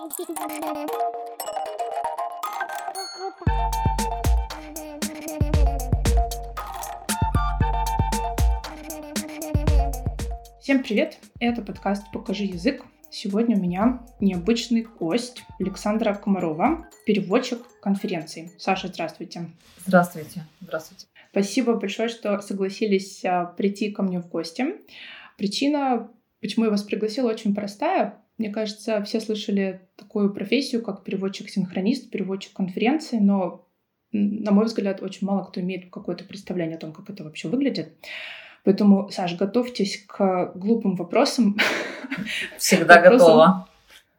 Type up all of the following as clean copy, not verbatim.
Всем привет! Это подкаст «Покажи язык». Сегодня у меня необычный гость Александра Комарова, переводчик конференции. Саша, здравствуйте. Здравствуйте. Здравствуйте. Спасибо большое, что согласились прийти ко мне в гости. Причина, почему я вас пригласила, очень простая. Мне кажется, все слышали такую профессию, как переводчик-синхронист, переводчик конференции, но, на мой взгляд, очень мало кто имеет какое-то представление о том, как это вообще выглядит. Поэтому, Саш, готовьтесь к глупым вопросам. Всегда готова.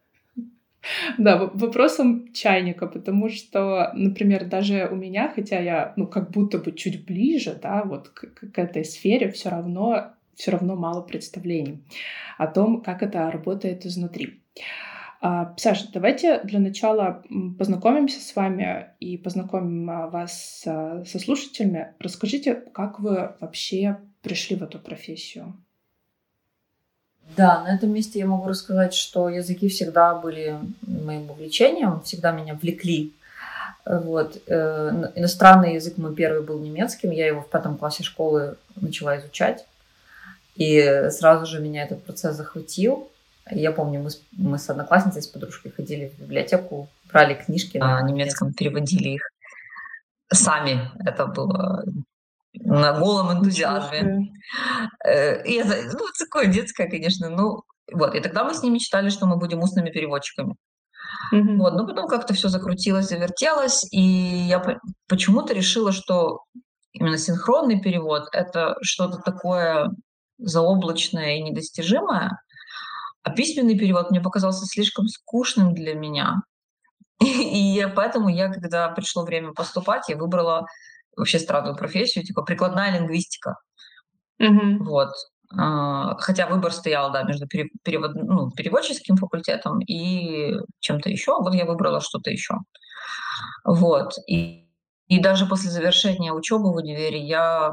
Да, вопросом чайника, потому что, например, даже у меня, хотя я, как будто бы чуть ближе, да, вот к этой сфере, все равно мало представлений о том, как это работает изнутри. Саша, давайте для начала познакомимся с вами и познакомим вас со слушателями. Расскажите, как вы вообще пришли в эту профессию? Да, на этом месте я могу рассказать, что языки всегда были моим увлечением, всегда меня влекли. Вот. Иностранный язык мой первый был немецким, я его в 5 классе школы начала изучать. И сразу же меня этот процесс захватил. Я помню, мы с одноклассницей, с подружкой ходили в библиотеку, брали книжки на немецком, переводили их сами. Это было на голом энтузиазме. И такое детское, конечно. И тогда мы с ней мечтали, что мы будем устными переводчиками. Но потом как-то все закрутилось, завертелось, и я почему-то решила, что именно синхронный перевод — это что-то такое заоблачное и недостижимое, а письменный перевод мне показался слишком скучным для меня. И поэтому когда пришло время поступать, я выбрала вообще странную профессию, типа прикладная лингвистика. Вот. Хотя выбор стоял, да, между переводческим факультетом и чем-то еще. Вот я выбрала что-то еще. Вот. И даже после завершения учебы в универе я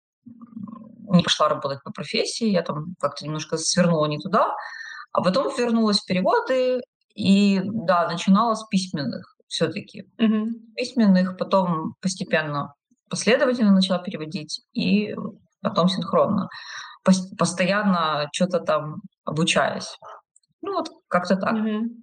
не пошла работать по профессии, я там как-то немножко свернула не туда, а потом вернулась в переводы и, да, начинала с письменных все-таки. Письменных, потом постепенно, последовательно начала переводить, и потом синхронно. Постоянно что-то там обучаясь. Как-то так.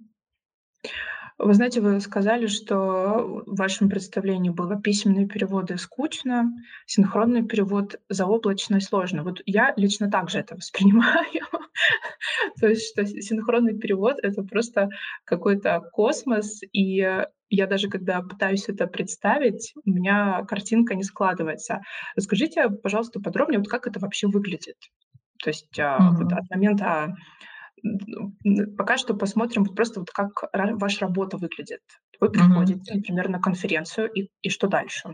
Вы знаете, вы сказали, что в вашем представлении было письменные переводы скучно, синхронный перевод заоблачно и сложно. Вот я лично так же это воспринимаю. То есть, что синхронный перевод — это просто какой-то космос, и я даже когда пытаюсь это представить, у меня картинка не складывается. Расскажите, пожалуйста, подробнее, вот как это вообще выглядит? То есть, вот от момента пока что посмотрим просто как ваша работа выглядит. Вы приходите, например, на конференцию, и что дальше?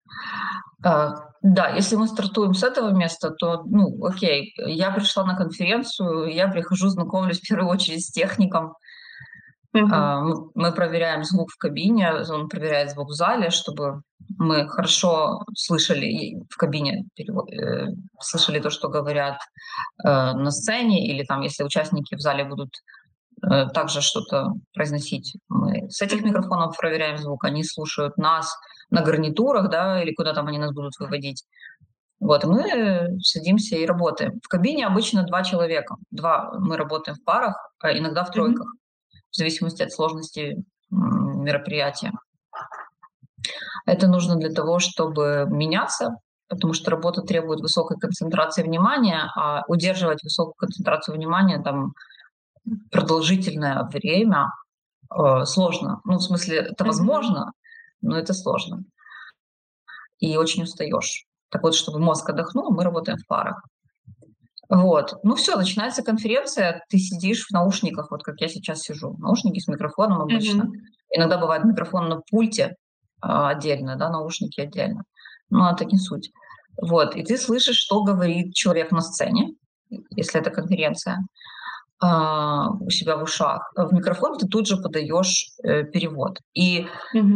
Да, если мы стартуем с этого места, то, окей, я пришла на конференцию, я прихожу, знакомлюсь в первую очередь с техником. Мы проверяем звук в кабине, он проверяет звук в зале, чтобы мы хорошо слышали в кабине, слышали то, что говорят на сцене, или там, если участники в зале будут также что-то произносить. Мы с этих микрофонов проверяем звук, они слушают нас на гарнитурах, да, или куда там они нас будут выводить. Вот, и мы садимся и работаем. В кабине обычно 2 человека. Мы работаем в парах, а иногда в тройках, в зависимости от сложности мероприятия. Это нужно для того, чтобы меняться, потому что работа требует высокой концентрации внимания, а удерживать высокую концентрацию внимания там продолжительное время сложно. В смысле, это возможно, но это сложно. И очень устаешь. Так вот, чтобы мозг отдохнул, мы работаем в парах. Вот. Все, начинается конференция, ты сидишь в наушниках, вот как я сейчас сижу. Наушники с микрофоном обычно. Иногда бывает микрофон на пульте отдельно, да, наушники отдельно. Но это не суть. Вот. И ты слышишь, что говорит человек на сцене, если это конференция, у себя в ушах. В микрофон ты тут же подаешь перевод. И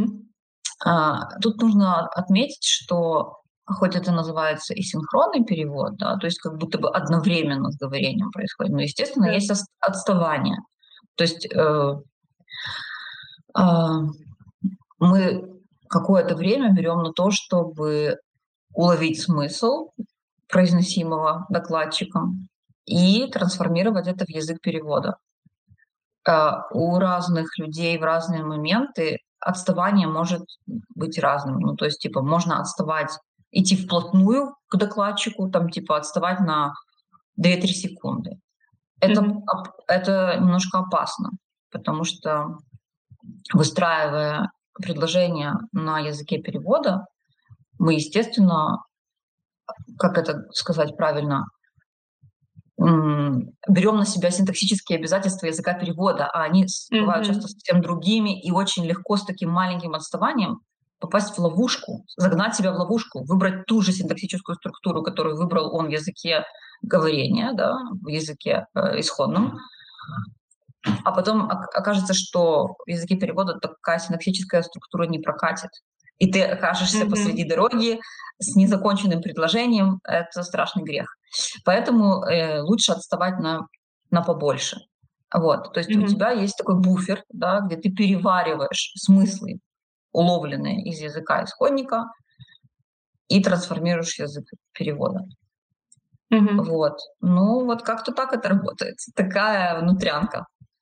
тут нужно отметить, что хоть это называется и синхронный перевод, да, то есть как будто бы одновременно с говорением происходит, но, естественно, есть отставание. То есть А, Мы какое-то время берем на то, чтобы уловить смысл произносимого докладчиком и трансформировать это в язык перевода. У разных людей в разные моменты отставание может быть разным. Ну, то есть, типа, можно отставать, идти вплотную к докладчику, там, типа, отставать на 2-3 секунды. Мгм. Это немножко опасно, потому что, выстраивая предложение на языке перевода, мы, естественно, как это сказать правильно, берем на себя синтаксические обязательства языка перевода, а они бывают часто Мгм. совсем другими, и очень легко с таким маленьким отставанием попасть в ловушку, загнать себя в ловушку, выбрать ту же синтаксическую структуру, которую выбрал он в языке говорения, да, в языке исходном, а потом окажется, что в языке перевода такая синтаксическая структура не прокатит. И ты окажешься посреди Мгм. дороги с незаконченным предложением. Это страшный грех. Поэтому лучше отставать на побольше. Вот. То есть у Мгм. тебя есть такой буфер, да, где ты перевариваешь смыслы, уловленные из языка исходника, и трансформируешь язык перевода. Мгм. Вот. Ну, вот как-то так это работает. Такая внутрянка.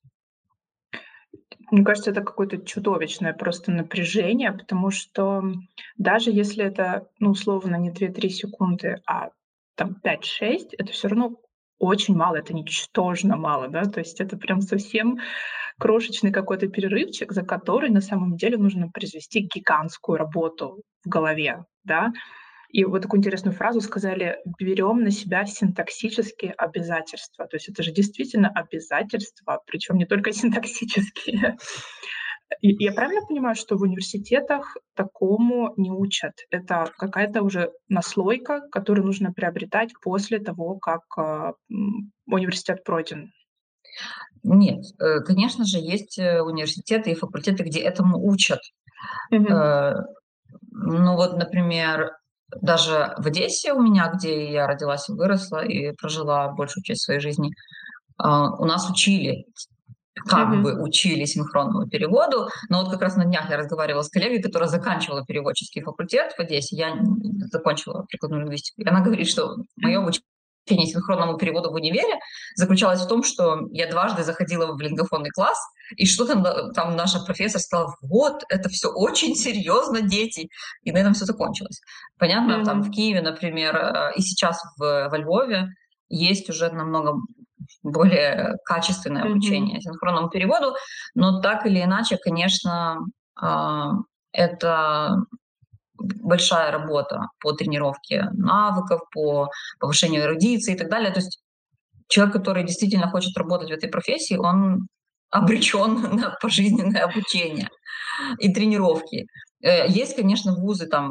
Мне кажется, это какое-то чудовищное просто напряжение, потому что, даже если это, ну, условно, не 2-3 секунды, а там 5-6, это все равно очень мало, это ничтожно мало, да. То есть это прям совсем крошечный какой-то перерывчик, за который на самом деле нужно произвести гигантскую работу в голове, да. И вот такую интересную фразу сказали: "Берем на себя синтаксические обязательства". То есть это же действительно обязательства, причем не только синтаксические. И я правильно понимаю, что в университетах такому не учат? Это какая-то уже наслойка, которую нужно приобретать после того, как, университет пройден? Нет, конечно же, есть университеты и факультеты, где этому учат. Мгм. Э, Ну вот, например, даже в Одессе у меня, где я родилась и выросла, и прожила большую часть своей жизни, у нас учили, как бы Мгм. учили синхронному переводу. Но вот как раз на днях я разговаривала с коллегой, которая заканчивала переводческий факультет в Одессе. Я закончила прикладную лингвистику. И она говорит, что мое Мгм. обучение синхронному переводу в универе заключалось в том, что я дважды заходила в лингофонный класс, и что там наша профессор сказала: вот, это все очень серьезно, дети. И на этом все закончилось. Понятно, там в Мгм. Киеве, например, и сейчас во Львове есть уже намного более качественное обучение Мгм. синхронному переводу, но так или иначе, конечно, а, это большая работа по тренировке навыков, по повышению эрудиции и так далее. То есть человек, который действительно хочет работать в этой профессии, он обречен на пожизненное обучение и тренировки. Есть, конечно, вузы там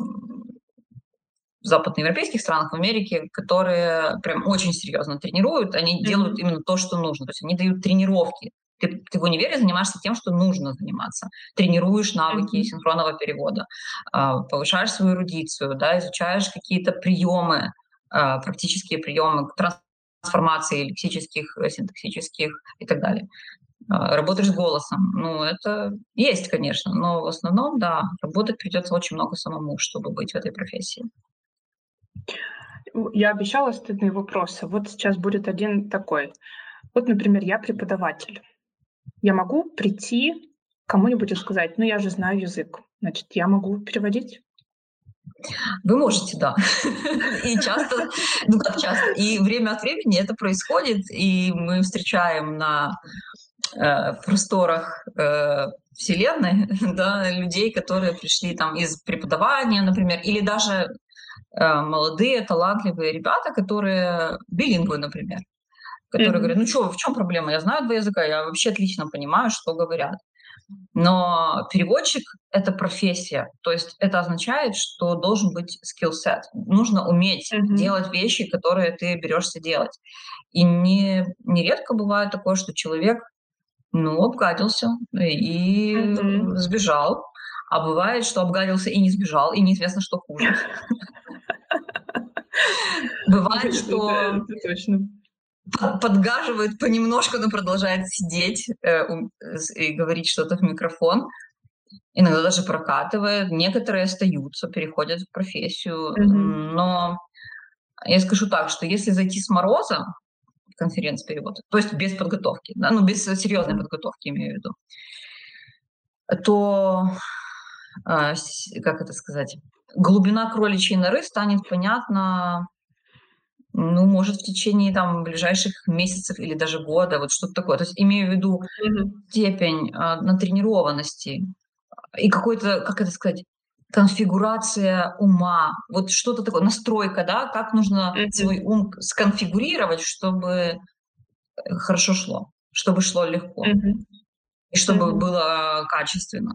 в западноевропейских странах, в Америке, которые прям очень серьезно тренируют, они делают Мгм. именно то, что нужно. То есть они дают тренировки. Ты в универе занимаешься тем, что нужно заниматься. Тренируешь навыки Мгм. синхронного перевода, повышаешь свою эрудицию, да, изучаешь какие-то приемы, практические приемы трансформации лексических, синтаксических и так далее. Работаешь с голосом. Ну, это есть, конечно, но в основном, да, работать придется очень много самому, чтобы быть в этой профессии. Я обещала стыдные вопросы. Вот сейчас будет один такой. Вот, например, я преподаватель. Я могу прийти к кому-нибудь и сказать: "Ну, я же знаю язык, значит, я могу переводить". Вы можете, да. И часто, ну как часто, и время от времени это происходит, и мы встречаем на просторах Вселенной, да, людей, которые пришли там из преподавания, например, или даже молодые, талантливые ребята, которые билингвы, например, которые говорят: Мгм. ну что, в чем проблема? Я знаю 2 языка, я вообще отлично понимаю, что говорят. Но переводчик — это профессия, то есть это означает, что должен быть skillset. Нужно уметь Мгм. делать вещи, которые ты берешься делать. И нередко бывает такое, что человек, ну, обгадился и Мгм. сбежал, а бывает, что обгадился и не сбежал, и неизвестно, что хуже. Бывает, Это что это точно. подгаживает понемножку, но продолжает сидеть и говорить что-то в микрофон. Иногда даже прокатывает. Некоторые остаются, переходят в профессию. Мгм. Но я скажу так, что если зайти с мороза в конференц-перевод, то есть без подготовки, да, ну, без серьезной Да. подготовки, имею в виду, то, как это сказать, глубина кроличьей норы станет понятна, ну, может, в течение там ближайших месяцев или даже года, вот что-то такое. То есть имею в виду Мгм. степень натренированности и какой-то, как это сказать, конфигурация ума, вот что-то такое, настройка, да, как нужно свой Мгм. ум сконфигурировать, чтобы хорошо шло, чтобы шло легко Мгм. и чтобы Мгм. было качественно.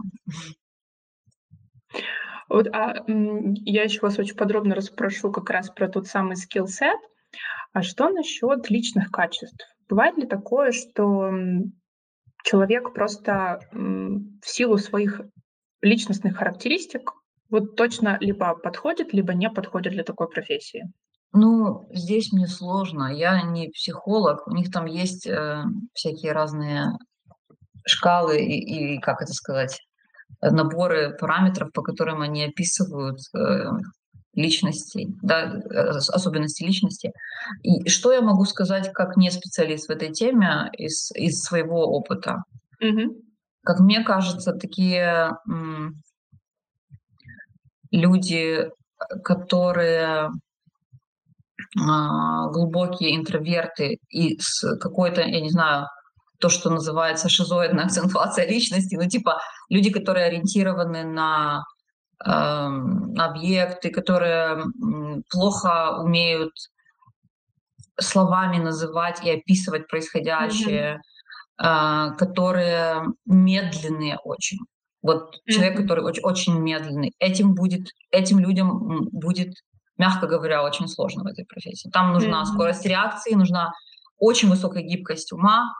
Вот, я еще вас очень подробно расспрошу как раз про тот самый скиллсет. А что насчет личных качеств? Бывает ли такое, что, человек просто, в силу своих личностных характеристик вот точно либо подходит, либо не подходит для такой профессии? Ну, здесь мне сложно, я не психолог, у них там есть всякие разные шкалы и как это сказать, наборы параметров, по которым они описывают личностей, да, особенности личности. И что я могу сказать как не специалист в этой теме из своего опыта? Мгм. Как мне кажется, такие люди, которые глубокие интроверты и с какой-то, я не знаю, то, что называется шизоидная акцентуация личности, ну, типа люди, которые ориентированы на объекты, которые плохо умеют словами называть и описывать Мгм. происходящее, которые медленные очень. Вот человек, Мгм. который очень медленный, этим людям будет, мягко говоря, очень сложно в этой профессии. Там нужна Мгм. скорость реакции, нужна очень высокая гибкость ума,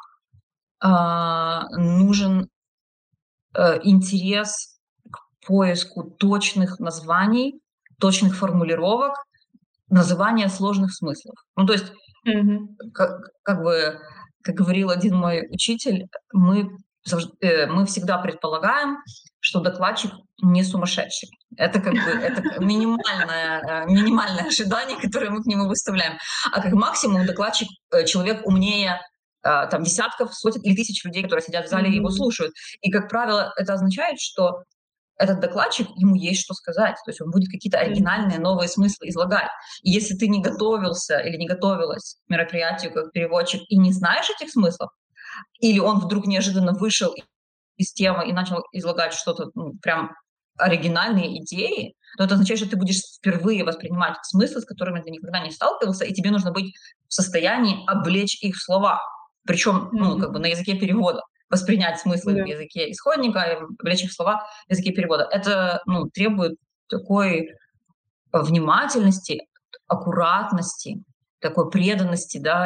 нужен интерес к поиску точных названий, точных формулировок, называния сложных смыслов. Ну, то есть, Мгм. как бы, как говорил один мой учитель, мы всегда предполагаем, что докладчик не сумасшедший. Это как бы это минимальное ожидание, которое мы к нему выставляем. А как максимум докладчик человек умнее там десятков, сотен или тысяч людей, которые сидят в зале и его Мгм. слушают. И, как правило, это означает, что этот докладчик, ему есть что сказать, то есть он будет какие-то Мгм. оригинальные новые смыслы излагать. И если ты не готовился или не готовилась к мероприятию как переводчик и не знаешь этих смыслов, или он вдруг неожиданно вышел из темы и начал излагать что-то, ну, прям оригинальные идеи, то это означает, что ты будешь впервые воспринимать смыслы, с которыми ты никогда не сталкивался, и тебе нужно быть в состоянии облечь их в слова. Причем, ну, как бы Мгм. на языке перевода. Воспринять смыслы в Да. языке исходника и облечь их в слова в языке перевода. Это, ну, требует такой внимательности, аккуратности, такой преданности, да,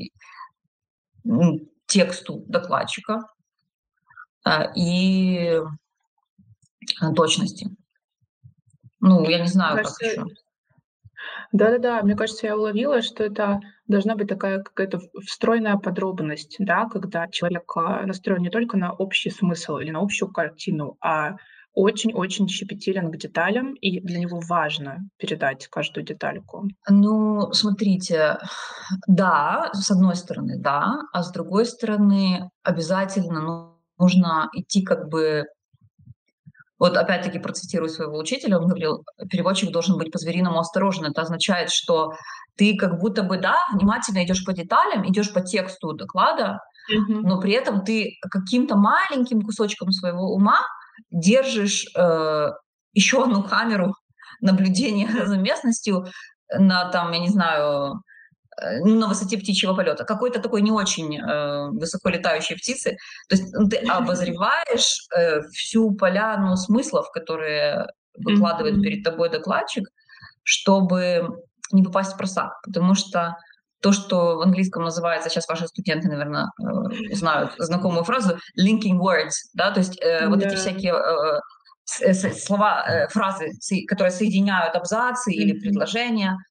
тексту докладчика и точности. Ну, я не Мне знаю, как кажется, еще. да-да-да, мне кажется, я уловила, что это должна быть такая какая-то встроенная подробность, да, когда человек, настроен не только на общий смысл или на общую картину, а очень-очень щепетилен к деталям, и для него важно передать каждую детальку. Ну, смотрите, да, с одной стороны, да, а с другой стороны, обязательно нужно идти как бы. Вот опять-таки процитирую своего учителя, он говорил, переводчик должен быть по-звериному осторожен. Это означает, что ты как будто бы, да, внимательно идешь по деталям, идешь по тексту доклада, Мгм. но при этом ты каким-то маленьким кусочком своего ума держишь еще одну камеру наблюдения М. за местностью на там, я не знаю, ну, на высоте птичьего полета, какой-то такой не очень высоко летающей птицы. То есть ты обозреваешь всю поляну смыслов, которые выкладывает перед Мгм. тобой докладчик, чтобы не попасть в просак. Потому что то, что в английском называется, сейчас ваши студенты, наверное, знают знакомую фразу linking words, да, то есть вот эти Да. всякие слова, фразы, которые соединяют абзацы или Мгм. предложения,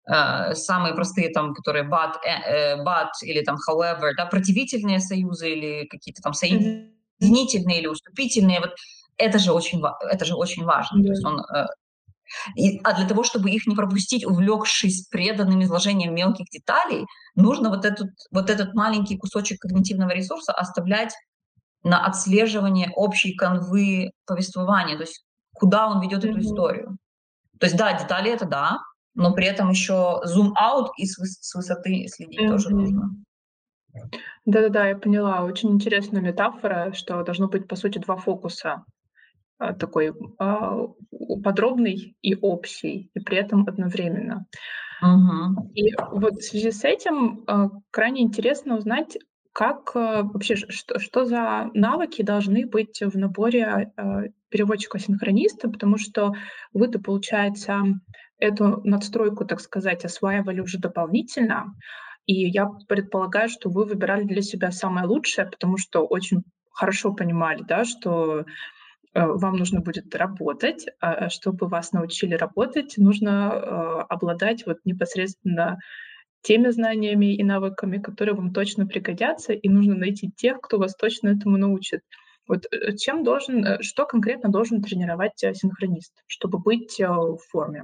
самые простые, там, которые but или там however, да, противительные союзы или какие-то там соединительные или уступительные, вот это же очень важно. То Да. есть а для того, чтобы их не пропустить, увлекшись преданным изложением мелких деталей, нужно вот этот маленький кусочек когнитивного ресурса оставлять на отслеживание общей канвы повествования, то есть куда он ведет эту Мгм. историю. То есть да, детали это да, но при этом еще зум-аут и с высоты следить тоже Мгм. нужно. Да-да-да, я поняла. Очень интересная метафора, что должно быть, по сути, 2 фокуса. Такой, подробный и общий, и при этом одновременно. Мгм. И вот в связи с этим, крайне интересно узнать, как, вообще, что за навыки должны быть в наборе, переводчика-синхрониста, потому что вы-то, получается, эту надстройку, так сказать, осваивали уже дополнительно. И я предполагаю, что вы выбирали для себя самое лучшее, потому что очень хорошо понимали, да, что вам нужно будет работать, а чтобы вас научили работать, нужно, обладать вот непосредственно теми знаниями и навыками, которые вам точно пригодятся, и нужно найти тех, кто вас точно этому научит. Вот, что конкретно должен тренировать, синхронист, чтобы быть, в форме?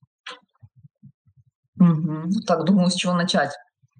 Мгм. Так, думаю, с чего начать.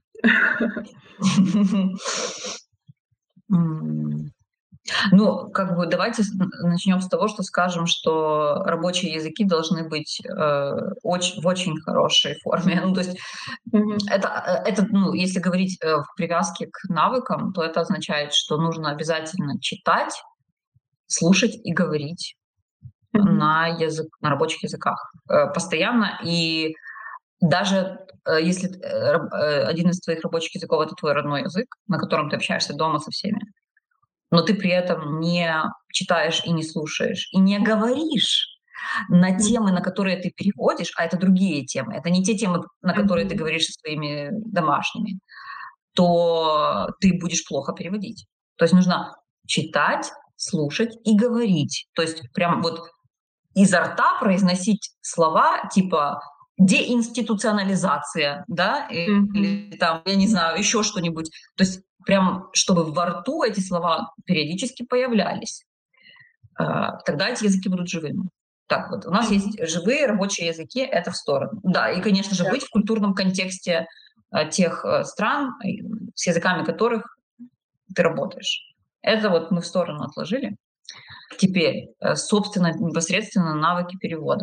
М. Ну, как бы давайте начнем с того, что скажем, что рабочие языки должны быть в очень хорошей форме. Ну, то есть Мгм. ну, если говорить в привязке к навыкам, то это означает, что нужно обязательно читать, слушать и говорить Мгм. на рабочих языках постоянно. И даже если один из твоих рабочих языков это твой родной язык, на котором ты общаешься дома со всеми, но ты при этом не читаешь и не слушаешь, и не говоришь на темы, на Мгм. которые ты переводишь, а это другие темы, это не те темы, на которые ты Мгм. говоришь со своими домашними, то ты будешь плохо переводить. То есть нужно читать, слушать и говорить. То есть прям вот изо рта произносить слова типа деинституционализация, да, Мгм. или там, я не знаю, еще что-нибудь. То есть прям, чтобы во рту эти слова периодически появлялись. Тогда эти языки будут живыми. Так вот, у нас есть Мгм. живые рабочие языки, это в сторону. Да, и, конечно же, Да. быть в культурном контексте тех стран, с языками которых ты работаешь. Это вот мы в сторону отложили. Теперь, собственно, непосредственно навыки перевода.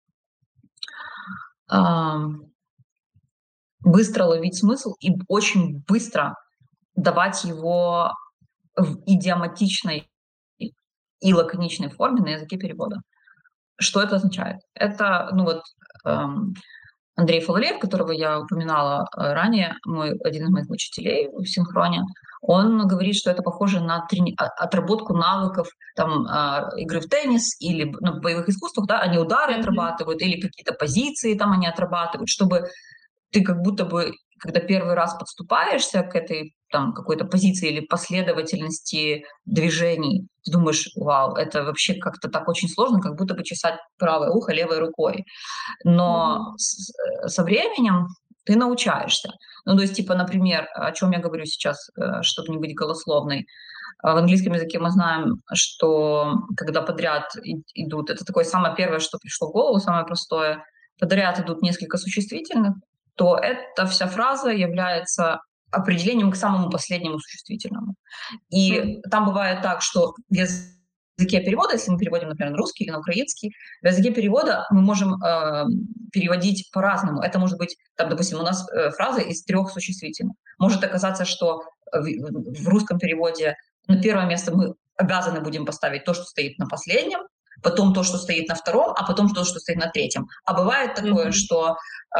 Быстро ловить смысл и очень быстро давать его в идиоматичной и лаконичной форме на языке перевода. Что это означает? Это, ну вот, эм, Андрей Фалалеев, которого я упоминала ранее, один из моих учителей в синхроне, он говорит, что это похоже на отработку навыков там, игры в теннис или в боевых искусствах, да, они удары Мгм. отрабатывают или какие-то позиции там они отрабатывают, чтобы ты как будто бы, когда первый раз подступаешься к этой там какой-то позиции или последовательности движений, ты думаешь, вау, это вообще как-то так очень сложно, как будто бы чесать правое ухо левой рукой. Но Мгм. со временем ты научаешься. Ну, то есть, типа, например, о чем я говорю сейчас, чтобы не быть голословной. В английском языке мы знаем, что когда подряд идут, это такое самое первое, что пришло в голову, самое простое, подряд идут несколько существительных, то эта вся фраза является определением к самому последнему существительному. И Мгм. там бывает так, что в языке перевода, если мы переводим, например, на русский или на украинский, в языке перевода мы можем переводить по-разному. Это может быть, там, допустим, у нас фраза из 3 существительных. Может оказаться, что в русском переводе на первое место мы обязаны будем поставить то, что стоит на последнем, потом то, что стоит на втором, а потом то, что стоит на третьем. А бывает такое, Мгм. что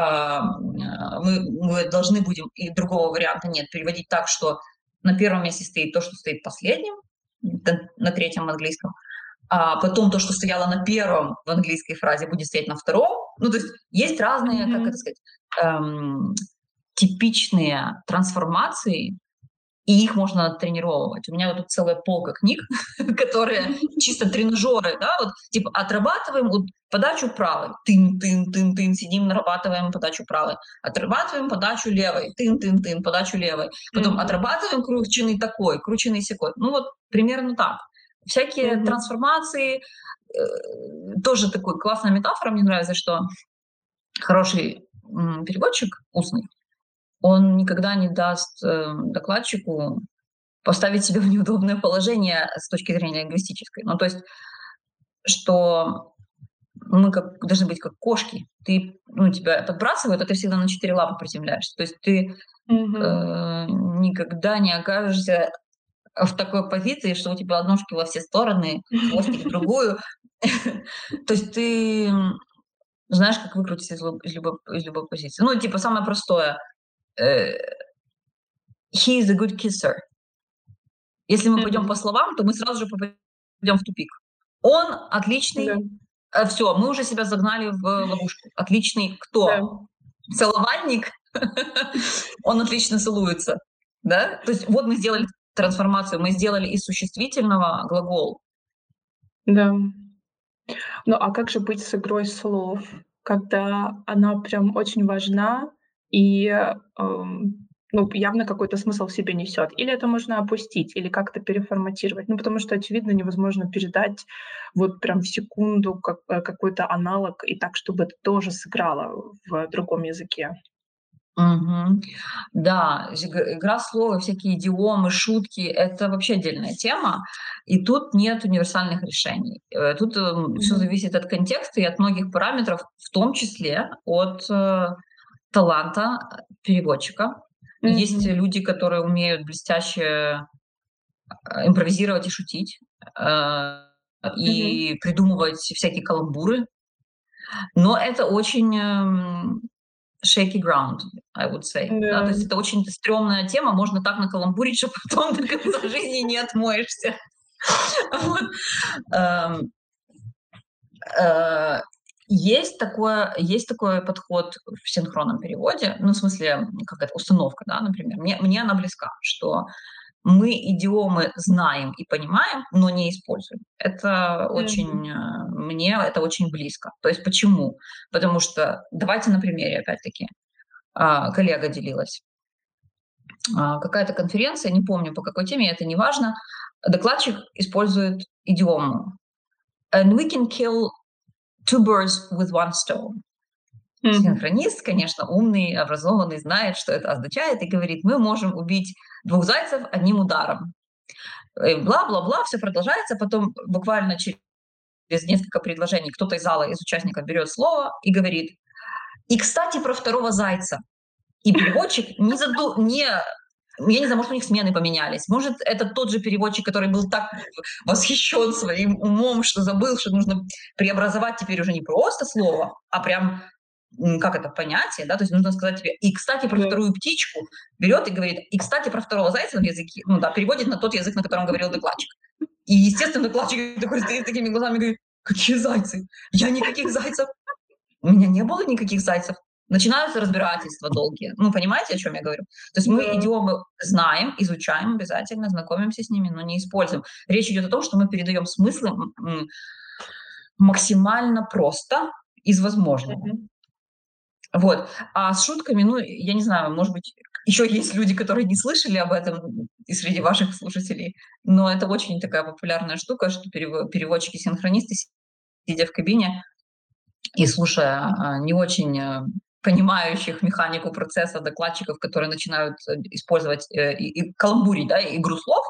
мы должны будем, и другого варианта нет, переводить так, что на первом месте стоит то, что стоит последним, на третьем в английском, а потом то, что стояло на первом в английской фразе, будет стоять на втором. Ну, то есть разные, как это Мгм. сказать, типичные трансформации и их можно оттренировать. У меня вот тут целая полка книг, которые чисто тренажеры, да, вот типа отрабатываем вот подачу правой, тын-тын-тын-тын, сидим, нарабатываем подачу правой, отрабатываем подачу левой, тын-тын-тын, подачу левой, потом отрабатываем крученный такой, крученный сякой. Ну вот примерно так. Всякие трансформации, тоже такой классная метафора, мне нравится, что хороший переводчик устный, он никогда не даст докладчику поставить себя в неудобное положение с точки зрения лингвистической. Ну, то есть, что мы должны быть как кошки. Тебя подбрасывают, а ты всегда на 4 лапы приземляешься. То есть ты никогда не окажешься в такой позиции, что у тебя ножки во все стороны, хвостик в другую. То есть ты знаешь, как выкрутиться из любой позиции. Ну, типа, самое простое. He is a good kisser. Если мы пойдем по словам, то мы сразу же попадем в тупик. Он отличный. Все, мы уже себя загнали в ловушку. Отличный кто? Целовальник? Он отлично целуется. Да? То есть вот мы сделали трансформацию, мы сделали из существительного глагол. Да. Ну, а как же быть с игрой слов, когда она прям очень важна и, явно какой-то смысл в себе несет? Или это можно опустить, или как-то переформатировать? Ну, потому что, очевидно, невозможно передать вот прям в секунду какой-то аналог и так, чтобы это тоже сыграло в другом языке. Да, игра слова, всякие идиомы, шутки — это вообще отдельная тема, и тут нет универсальных решений. Тут все зависит от контекста и от многих параметров, в том числе от таланта переводчика. Есть люди, которые умеют блестяще импровизировать и шутить, и придумывать всякие каламбуры, но это очень shaky ground, I would say. Да, то есть это очень стрёмная тема, можно так накаламбурить, что потом до конца жизни не отмоешься. Есть такой подход в синхронном переводе, ну, в смысле, какая-то установка, да, например. Мне она близка, что мы идиомы знаем и понимаем, но не используем. Это мне это очень близко. То есть почему? Потому что, давайте на примере, опять-таки, коллега делилась. Какая-то конференция, не помню по какой теме, это не важно. Докладчик использует идиому. And we can kill 2 birds with 1 stone. Синхронист, конечно, умный, образованный, знает, что это означает, и говорит, мы можем убить 2 зайцев одним ударом. Бла-бла-бла, все продолжается, потом буквально через несколько предложений кто-то из зала, из участников берет слово и говорит, и, кстати, про 2 зайца. И переводчик я не знаю, может, у них смены поменялись. Может, это тот же переводчик, который был так восхищен своим умом, что забыл, что нужно преобразовать теперь уже не просто слово, а прям как это понятие, да, то есть нужно сказать тебе, и, кстати, про 2 птичку, берет и говорит, и, кстати, про 2 зайца на языке, переводит на тот язык, на котором говорил докладчик. И, естественно, докладчик такой стоит такими глазами и говорит, какие зайцы? Я никаких зайцев. У меня не было никаких зайцев. Начинаются разбирательства долгие. Понимаете, о чем я говорю? То есть мы идиомы знаем, изучаем обязательно, знакомимся с ними, но не используем. Речь идет о том, что мы передаем смыслы максимально просто из возможного. Вот. А с шутками, я не знаю, может быть, еще есть люди, которые не слышали об этом и среди ваших слушателей, но это очень такая популярная штука, что переводчики-синхронисты, сидя в кабине и слушая не очень понимающих механику процесса докладчиков, которые начинают использовать и каламбурить, да, игру слов,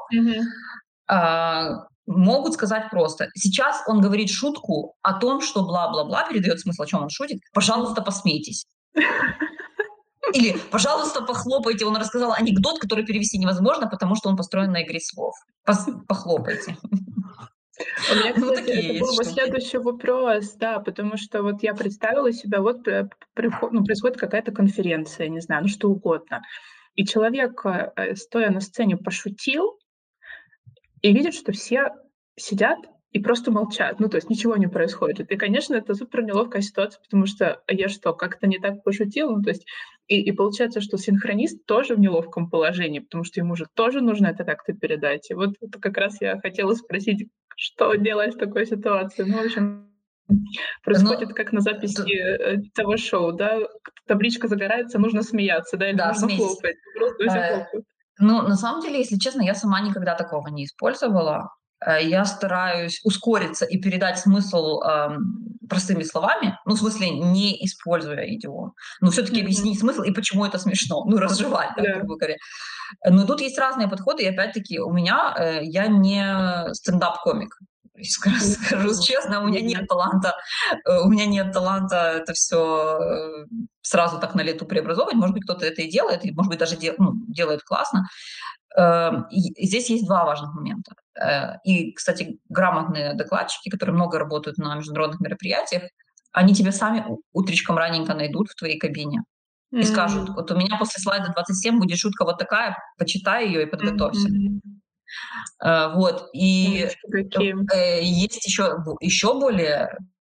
могут сказать просто, сейчас он говорит шутку о том, что бла-бла-бла, передает смысл, о чем он шутит, пожалуйста, посмейтесь. Или, пожалуйста, похлопайте. Он рассказал анекдот, который перевести невозможно, потому что он построен на игре слов. Похлопайте. У меня, кстати, это был мой следующий вопрос, да, потому что вот я представила себя, вот происходит какая-то конференция, не знаю, что угодно, и человек, стоя на сцене, пошутил, и видит, что все сидят и просто молчат. Ну, то есть ничего не происходит. И, конечно, это супер неловкая ситуация, потому что я что, как-то не так пошутила? Ну, то есть и получается, что синхронист тоже в неловком положении, потому что ему же тоже нужно это как-то передать. И вот это как раз я хотела спросить, что делать в такой ситуации. Ну, в общем, происходит Ну, как на записи, ТВ-шоу, да? Табличка загорается, нужно смеяться, да, или да, нужно смейтесь. хлопать. Просто все Э, хлопают. Ну, на самом деле, если честно, я сама никогда такого не использовала. Я стараюсь ускориться и передать смысл простыми словами, ну, в смысле, не используя идиом, но все-таки Мгм. объяснить смысл и почему это смешно, ну, разжевать, да, Да. грубо говоря. Но тут есть разные подходы, и опять-таки у меня, я не стендап-комик. Скажу честно, у меня Видно. нет таланта, это все сразу так на лету преобразовывать. Может быть, кто-то это и делает, и, может быть, даже делает классно. И здесь есть два важных момента. И, кстати, грамотные докладчики, которые много работают на международных мероприятиях, они тебя сами утречком раненько найдут в твоей кабине и скажут: М. вот у меня после слайда 27 будет шутка вот такая, почитай ее и подготовься. Мгм. Вот. И Умнички какие. есть еще более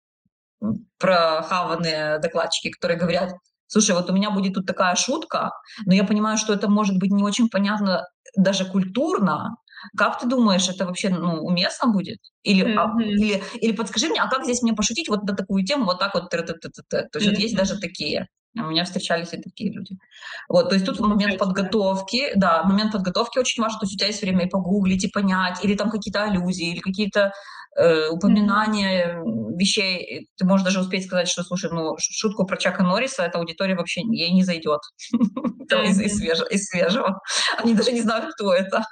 прохаванные докладчики, которые говорят: слушай, вот у меня будет тут такая шутка, но я понимаю, что это может быть не очень понятно даже культурно. Как ты думаешь, это вообще уместно будет? Мгм. Или подскажи мне, а как здесь мне пошутить вот на такую тему, вот так вот? То есть вот есть даже Мгм. такие. У меня встречались и такие люди. Вот, то есть тут Замечательно. момент подготовки очень важен. То есть у тебя есть время и погуглить, и понять, или там какие-то аллюзии, или какие-то Мгм. упоминание вещей. Ты можешь даже успеть сказать, что, слушай, шутку про Чака Норриса эта аудитория вообще ей не зайдет. Там Мгм. из свежего. Они даже не знают, кто это.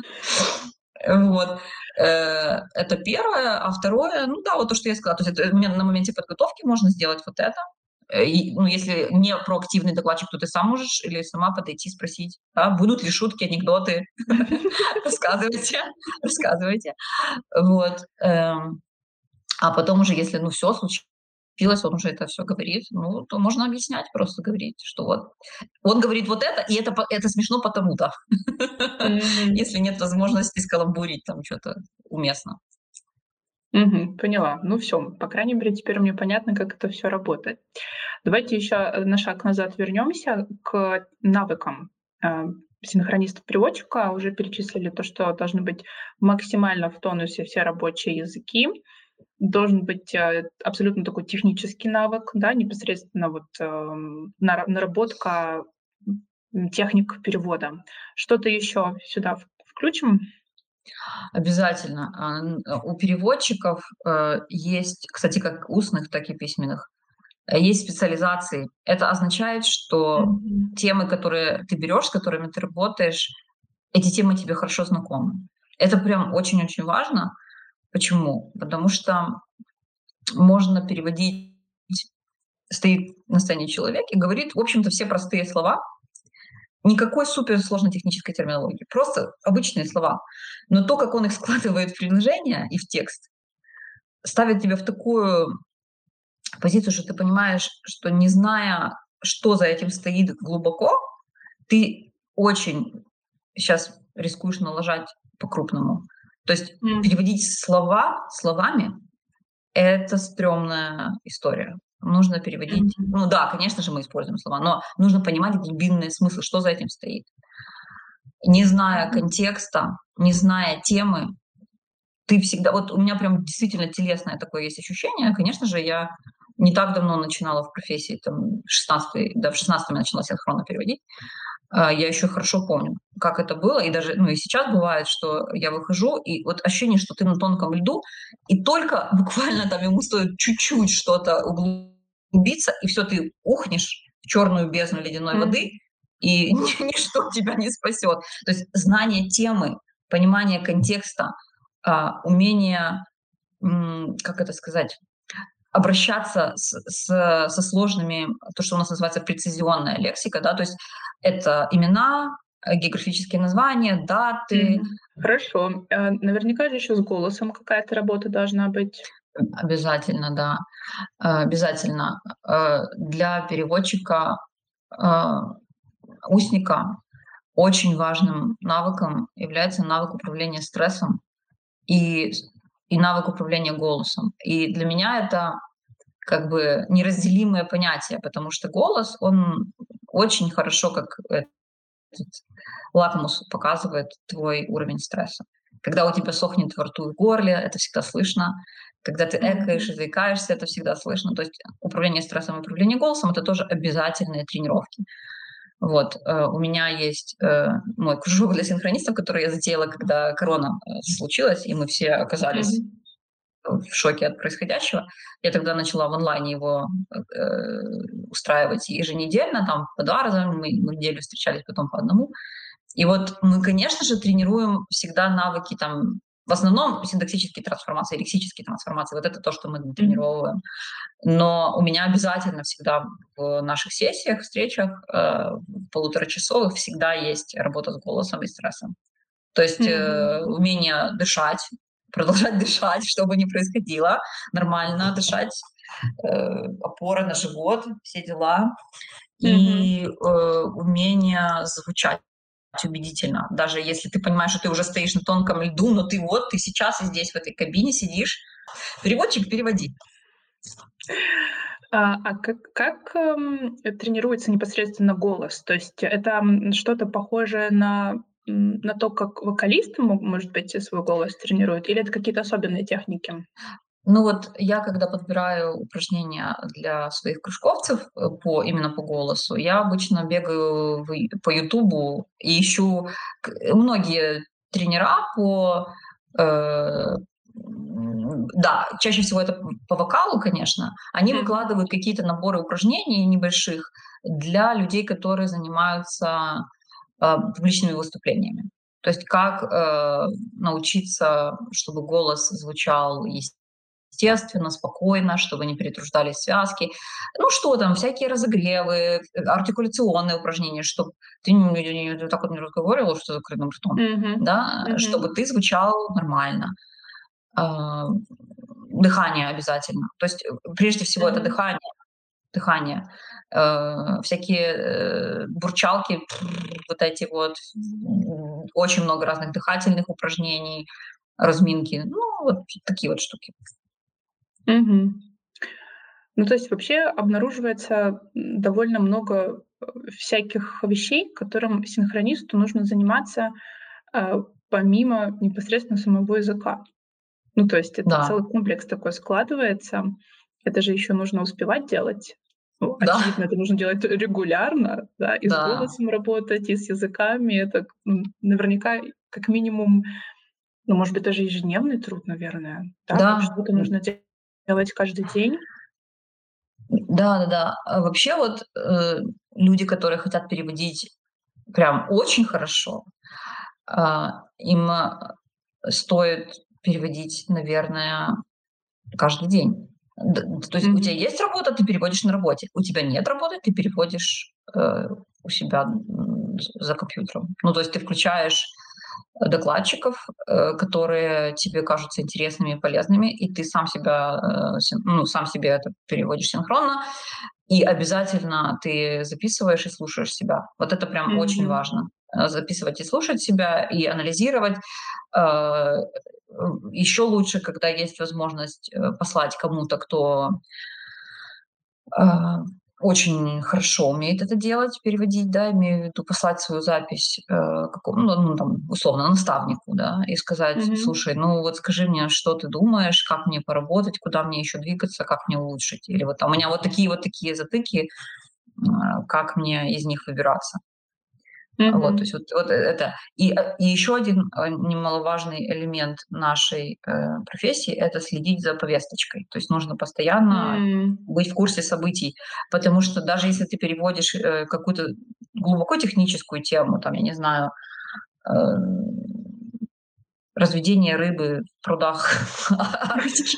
Вот. Это первое. А второе, ну да, вот то, что я сказала. То есть это на моменте подготовки можно сделать вот это. Если не проактивный докладчик, то ты сам можешь или сама подойти, спросить, да, будут ли шутки, анекдоты. Рассказывайте, рассказывайте. Вот. А потом уже, если, все случилось, он уже это все говорит, то можно объяснять, просто говорить, что вот он говорит вот это, и это смешно потому-то, Мгм. если нет возможности скаламбурить там что то уместно. Мгм. Поняла. Ну все, по крайней мере, теперь мне понятно, как это все работает. Давайте еще, на шаг назад вернемся к навыкам, а, синхрониста-переводчика. Уже перечислили то, что должны быть максимально в тонусе все рабочие языки. Должен быть, абсолютно такой технический навык, да, непосредственно вот, наработка, техник перевода. Что-то еще сюда включим? Обязательно. У переводчиков, есть, кстати, как устных, так и письменных, есть специализации. Это означает, что Мгм. темы, которые ты берешь, с которыми ты работаешь, эти темы тебе хорошо знакомы. Это прям очень-очень важно. Почему? Потому что можно переводить, стоит на сцене человек и говорит, в общем-то, все простые слова, никакой суперсложной технической терминологии, просто обычные слова. Но то, как он их складывает в предложение и в текст, ставит тебя в такую позицию, что ты понимаешь, что не зная, что за этим стоит глубоко, ты очень сейчас рискуешь налажать по-крупному. То есть Мгм. переводить слова словами — это стрёмная история. Нужно переводить. Мгм. Ну да, конечно же, мы используем слова, но нужно понимать глубинный смысл, что за этим стоит. Не зная Мгм. контекста, не зная темы, ты всегда... Вот у меня прям действительно телесное такое есть ощущение. Конечно же, я не так давно начинала в профессии, там, в 16 я начала синхронно переводить. Я еще хорошо помню, как это было. И даже, и сейчас бывает, что я выхожу, и вот ощущение, что ты на тонком льду, и только буквально там ему стоит чуть-чуть что-то углубиться, и все, ты ухнешь в черную бездну ледяной воды, Мгм. и ничто тебя не спасет. То есть знание темы, понимание контекста, умение, как это сказать, обращаться со сложными, то, что у нас называется прецизионная лексика, да, то есть это имена, географические названия, даты. Мгм. Хорошо. Наверняка же еще с голосом какая-то работа должна быть. Обязательно, да, обязательно. Для переводчика, э, устника очень важным навыком является навык управления стрессом и и навык управления голосом. И для меня это как бы неразделимое понятие, потому что голос, он очень хорошо, как этот лакмус, показывает твой уровень стресса. Когда у тебя сохнет во рту и в горле, это всегда слышно. Когда ты экаешь и заикаешься, это всегда слышно. То есть управление стрессом и управление голосом — это тоже обязательные тренировки. Вот. У меня есть мой кружок для синхронистов, который я затеяла, когда корона случилась, и мы все оказались в шоке от происходящего. Я тогда начала в онлайне его устраивать еженедельно, там по 2 раза мы в неделю встречались, потом по одному. И вот мы, конечно же, тренируем всегда навыки там, в основном синтаксические трансформации, лексические трансформации. Вот это то, что мы тренировываем. Но у меня обязательно всегда в наших сессиях, встречах, полуторачасовых, всегда есть работа с голосом и стрессом. То есть умение дышать, продолжать дышать, что бы ни происходило, нормально дышать, опора на живот, все дела. И умение звучать убедительно. Даже если ты понимаешь, что ты уже стоишь на тонком льду, но ты сейчас и здесь, в этой кабине сидишь. Переводчик, переводи. Как тренируется непосредственно голос? То есть это что-то похожее на то, как вокалист, может быть, свой голос тренирует, или это какие-то особенные техники? Ну вот я, когда подбираю упражнения для своих кружковцев именно по голосу, я обычно бегаю по Ютубу и ищу многие тренера да, чаще всего это по вокалу, конечно. Они выкладывают какие-то наборы упражнений небольших для людей, которые занимаются публичными выступлениями. То есть как научиться, чтобы голос звучал естественно, спокойно, чтобы не перетруждались связки. Ну что там, всякие разогревы, артикуляционные упражнения, чтобы ты не так вот не разговаривал, что закрытым ртом, да, чтобы ты звучал нормально. Дыхание обязательно. То есть прежде всего это дыхание. Всякие бурчалки, вот эти вот, очень много разных дыхательных упражнений, разминки. Ну, вот такие вот штуки. Ну, то есть вообще обнаруживается довольно много всяких вещей, которым синхронисту нужно заниматься помимо непосредственно самого языка. Ну, то есть это Да. целый комплекс такой складывается. Это же еще нужно успевать делать. Ну, Да. очевидно, это нужно делать регулярно, да, и с Да. голосом работать, и с языками. Это наверняка как минимум, ну, может быть, даже ежедневный труд, наверное. Да, Да. что-то нужно делать каждый день. Да. Вообще вот люди, которые хотят переводить прям очень хорошо, им стоит переводить, наверное, каждый день. То есть у тебя есть работа, ты переводишь на работе. У тебя нет работы, ты переводишь у себя за компьютером. Ну, то есть ты включаешь докладчиков, которые тебе кажутся интересными и полезными, и ты сам сам себе это переводишь синхронно, и обязательно ты записываешь и слушаешь себя. Вот это прям очень важно. Записывать и слушать себя, и анализировать. Еще лучше, когда есть возможность послать кому-то, кто очень хорошо умеет это делать, переводить, да, имею в виду послать свою запись там, условно, наставнику, да, и сказать: слушай, ну вот скажи мне, что ты думаешь, как мне поработать, куда мне еще двигаться, как мне улучшить. Или вот там у меня вот такие затыки, как мне из них выбираться. Вот, то есть вот это. И еще один немаловажный элемент нашей профессии — это следить за повесточкой. То есть нужно постоянно быть в курсе событий, потому что даже если ты переводишь какую-то глубоко техническую тему, там, я не знаю, разведение рыбы в прудах Арктики,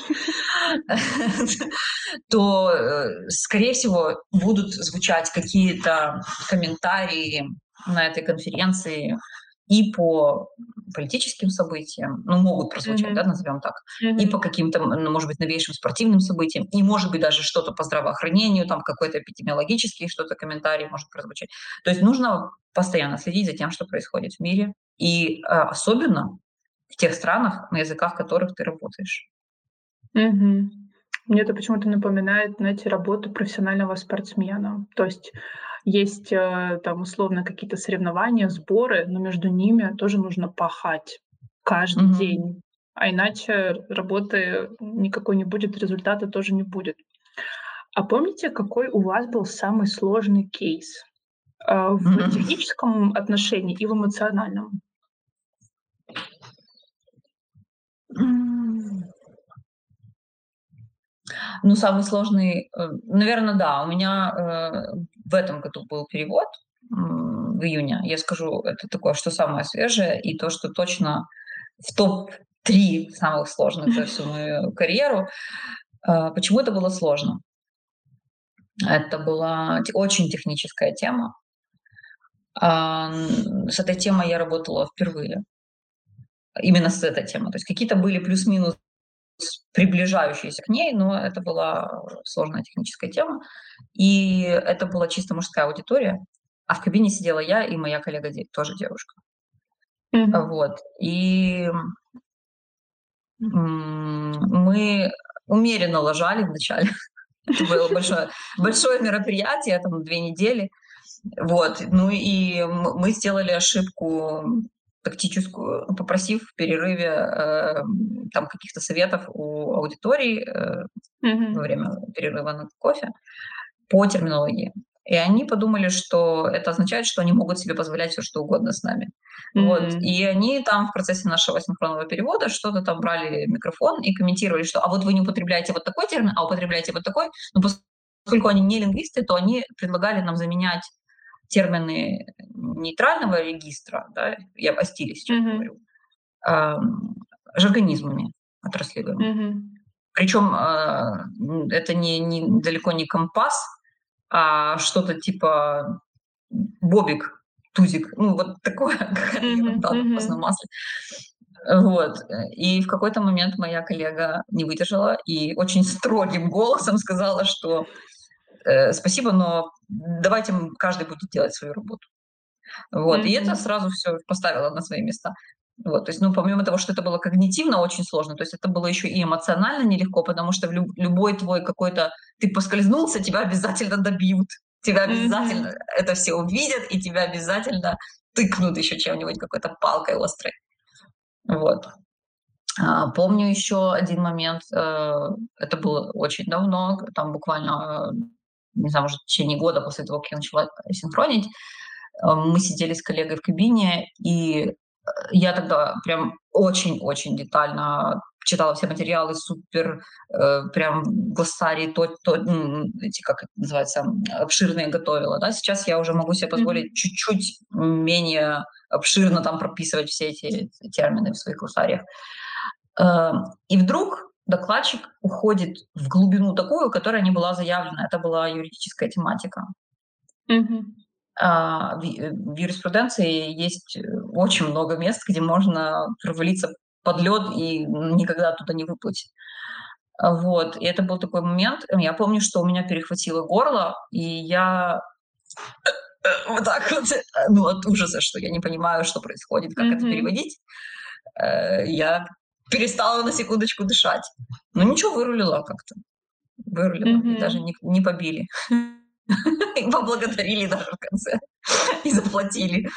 то, скорее всего, будут звучать какие-то комментарии на этой конференции и по политическим событиям, ну, могут прозвучать, да, назовем так, и по каким-то, может быть, новейшим спортивным событиям, и, может быть, даже что-то по здравоохранению, там какой-то эпидемиологический что-то комментарий может прозвучать. То есть нужно постоянно следить за тем, что происходит в мире. И особенно в тех странах, на языках которых ты работаешь. Мгм. Мне это почему-то напоминает, знаете, работу профессионального спортсмена. То есть, там условно какие-то соревнования, сборы, но между ними тоже нужно пахать каждый Мгм. день, а иначе работы никакой не будет, результата тоже не будет. А помните, какой у вас был самый сложный кейс, в Мгм. техническом отношении и в эмоциональном? Ну, самый сложный, наверное, да. У меня в этом году был перевод в июне. Я скажу, это такое, что самое свежее, и то, что точно в топ-3 самых сложных за всю мою карьеру. Почему это было сложно? Это была очень техническая тема. С этой темой я работала впервые. Именно с этой темой. То есть какие-то были плюс-минус приближающиеся к ней, но это была сложная техническая тема. И это была чисто мужская аудитория, а в кабине сидела я и моя коллега, тоже девушка. Мгм. Вот. И мы умеренно лажали вначале. Это было большое мероприятие, там 2 недели. Вот. Ну и мы сделали ошибку тактическую, попросив в перерыве там каких-то советов у аудитории во Мгм. время перерыва на кофе по терминологии. И они подумали, что это означает, что они могут себе позволять все что угодно с нами. Вот. М. И они там в процессе нашего синхронного перевода что-то там брали микрофон и комментировали, что «а вот вы не употребляете вот такой термин, а употребляете вот такой». Но поскольку они не лингвисты, то они предлагали нам заменять термины нейтрального регистра, да, я о стиле сейчас Мгм. говорю, жаргонизмами отраслевыми. Мгм. Причем это далеко не компас, а что-то типа бобик, тузик, ну вот такое, какая-то Мгм. ерунда на Мгм. постном масле. Вот. И в какой-то момент моя коллега не выдержала и очень строгим голосом сказала, что спасибо, но давайте каждый будет делать свою работу. Вот. И это Мгм. сразу все поставило на свои места. Вот. То есть, ну, помимо того, что это было когнитивно очень сложно, то есть это было еще и эмоционально нелегко, потому что любой твой какой-то... Ты поскользнулся, тебя обязательно добьют. Тебя Мгм. обязательно это все увидят, и тебя обязательно тыкнут еще чем-нибудь, какой-то палкой острой. Вот. Помню еще один момент, это было очень давно, там буквально, не знаю, может, в течение года после того, как я начала синхронить, мы сидели с коллегой в кабине, и я тогда прям очень-очень детально читала все материалы, супер, прям глоссарии, эти, как это называется, обширные готовила. Да? Сейчас я уже могу себе позволить Мгм. чуть-чуть менее обширно там прописывать все эти термины в своих глоссариях. И вдруг докладчик уходит в глубину такую, которая не была заявлена. Это была юридическая тематика. Мгм. В юриспруденции есть очень много мест, где можно провалиться под лед и никогда оттуда не выплыть. Вот. И это был такой момент. Я помню, что у меня перехватило горло, и я вот так вот, ну, от ужаса, что я не понимаю, что происходит, как это Мгм. переводить, я перестала на секундочку дышать. Но ничего, вырулила как-то. Вырулила. И даже Мгм. не побили. И поблагодарили даже в конце. И заплатили.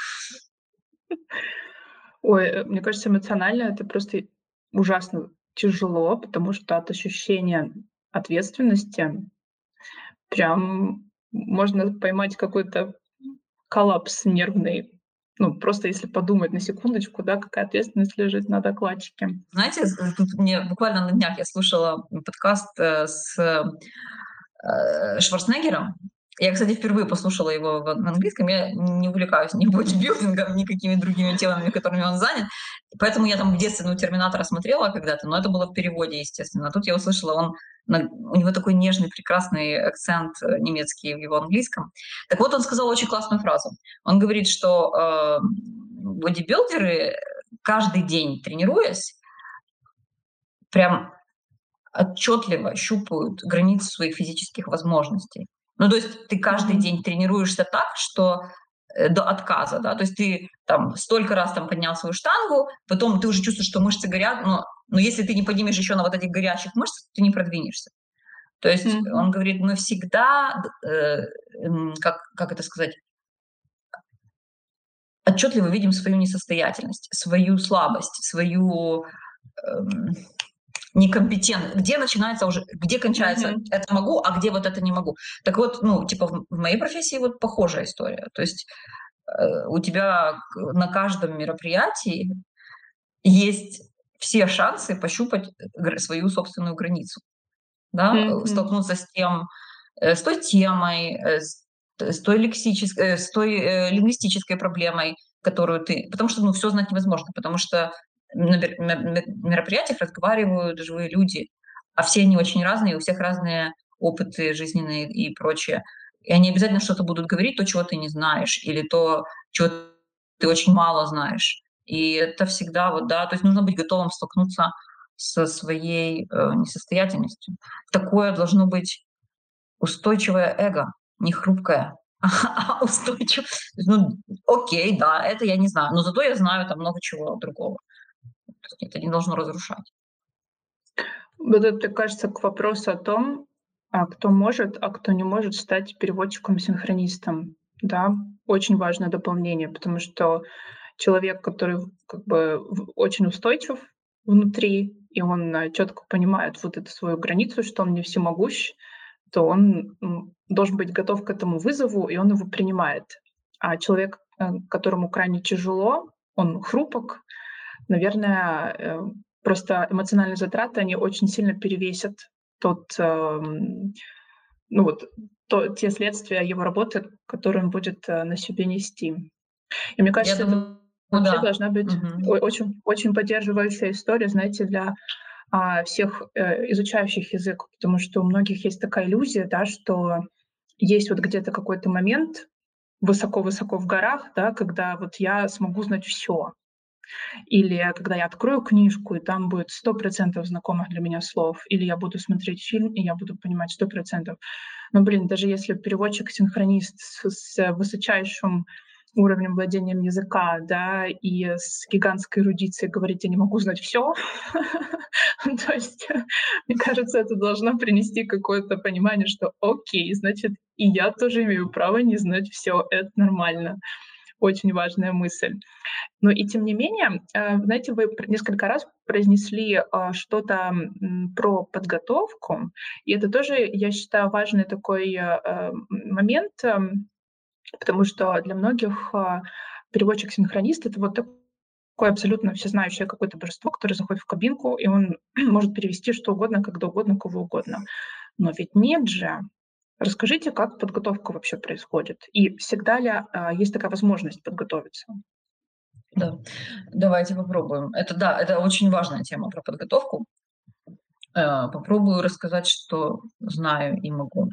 Ой, мне кажется, эмоционально это просто ужасно тяжело, потому что от ощущения ответственности прям можно поймать какой-то коллапс нервный. Ну, просто если подумать на секундочку, да, какая ответственность лежит на докладчике. Знаете, тут мне буквально на днях я слушала подкаст с Шварценеггером. Я, кстати, впервые послушала его в английском. Я не увлекаюсь ни бодибилдингом, ни какими другими темами, которыми он занят. Поэтому я там в детстве «Терминатора» смотрела когда-то, но это было в переводе, естественно. А тут я услышала, у него такой нежный, прекрасный акцент немецкий в его английском. Так вот, он сказал очень классную фразу. Он говорит, что бодибилдеры каждый день тренируясь, прям отчетливо щупают границы своих физических возможностей. Ну, то есть ты каждый Мгм. день тренируешься так, что до отказа, да, то есть ты там столько раз там поднял свою штангу, потом ты уже чувствуешь, что мышцы горят, но если ты не поднимешь еще на вот этих горячих мышцах, ты не продвинешься. То есть он говорит, мы всегда, как это сказать, отчетливо видим свою несостоятельность, свою слабость, свою некомпетентность. Где начинается уже, где кончается это могу, а где вот это не могу. Так вот, типа в моей профессии вот похожая история. То есть у тебя на каждом мероприятии есть все шансы пощупать свою собственную границу, да, столкнуться с той темой, с той лингвистической проблемой, которую ты... Потому что все знать невозможно, потому что на мероприятиях разговаривают живые люди, а все они очень разные, у всех разные опыты жизненные и прочее. И они обязательно что-то будут говорить, то, чего ты не знаешь, или то, чего ты очень мало знаешь. И это всегда вот, да, то есть нужно быть готовым столкнуться со своей несостоятельностью. Такое должно быть устойчивое эго, не хрупкое, а устойчивое. Окей, да, это я не знаю, но зато я знаю там много чего другого. Это не должно разрушать. Вот это, кажется, к вопросу о том, кто может, а кто не может стать переводчиком-синхронистом. Да, очень важное дополнение, потому что человек, который как бы очень устойчив внутри, и он четко понимает вот эту свою границу, что он не всемогущ, то он должен быть готов к этому вызову, и он его принимает. А человек, которому крайне тяжело, он хрупок, наверное, просто эмоциональные затраты, они очень сильно перевесят те следствия его работы, которые он будет на себе нести. И мне кажется, это вообще должна быть очень, очень поддерживающая история, знаете, для всех изучающих язык, потому что у многих есть такая иллюзия, да, что есть вот где-то какой-то момент высоко-высоко в горах, да, когда вот я смогу знать все. Или когда я открою книжку, и там будет 100% знакомых для меня слов, или я буду смотреть фильм, и я буду понимать 100%. Но, даже если переводчик-синхронист с высочайшим уровнем владения языка, да, и с гигантской эрудицией говорить: "Я не могу знать все", то есть, мне кажется, это должно принести какое-то понимание, что окей, значит, и я тоже имею право не знать все, это нормально. Очень важная мысль. Но и тем не менее, знаете, вы несколько раз произнесли что-то про подготовку, и это тоже, я считаю, важный такой момент, потому что для многих переводчик-синхронист — это вот такое абсолютно всезнающее какое-то божество, которое заходит в кабинку, и он может перевести что угодно, когда угодно, кого угодно. Но ведь нет же. Расскажите, как подготовка вообще происходит? И всегда ли есть такая возможность подготовиться? Да, давайте попробуем. Это очень важная тема про подготовку. Попробую рассказать, что знаю и могу.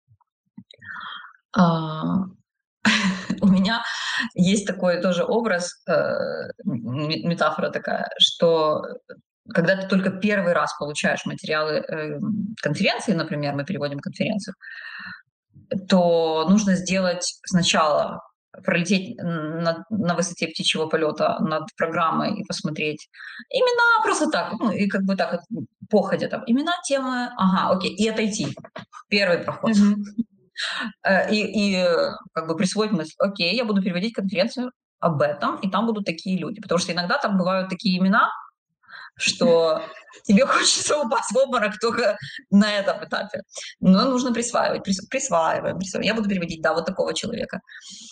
У меня есть такой тоже образ, метафора такая, что когда ты только первый раз получаешь материалы конференции, например, мы переводим конференцию, то нужно сделать сначала пролететь на высоте птичьего полета над программой и посмотреть имена просто так, и как бы так вот походя там, имена, темы, ага, окей, и отойти. Первый проход. И как бы присвоить мысль, окей, я буду переводить конференцию об этом, и там будут такие люди. Потому что иногда там бывают такие имена, что тебе хочется упасть в обморок только на этом этапе. Но нужно присваивать. Присваиваем. Я буду переводить, да, вот такого человека.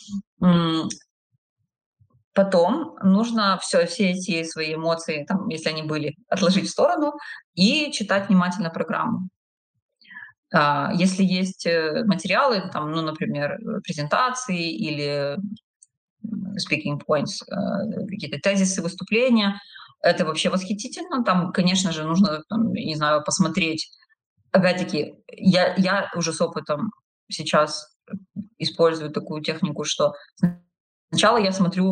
Потом нужно все эти свои эмоции, там, если они были, отложить в сторону и читать внимательно программу. Если есть материалы, там, например, презентации или speaking points, какие-то тезисы, выступления, это вообще восхитительно. Там, конечно же, нужно, не знаю, посмотреть. Опять-таки, я уже с опытом сейчас использую такую технику, что сначала я смотрю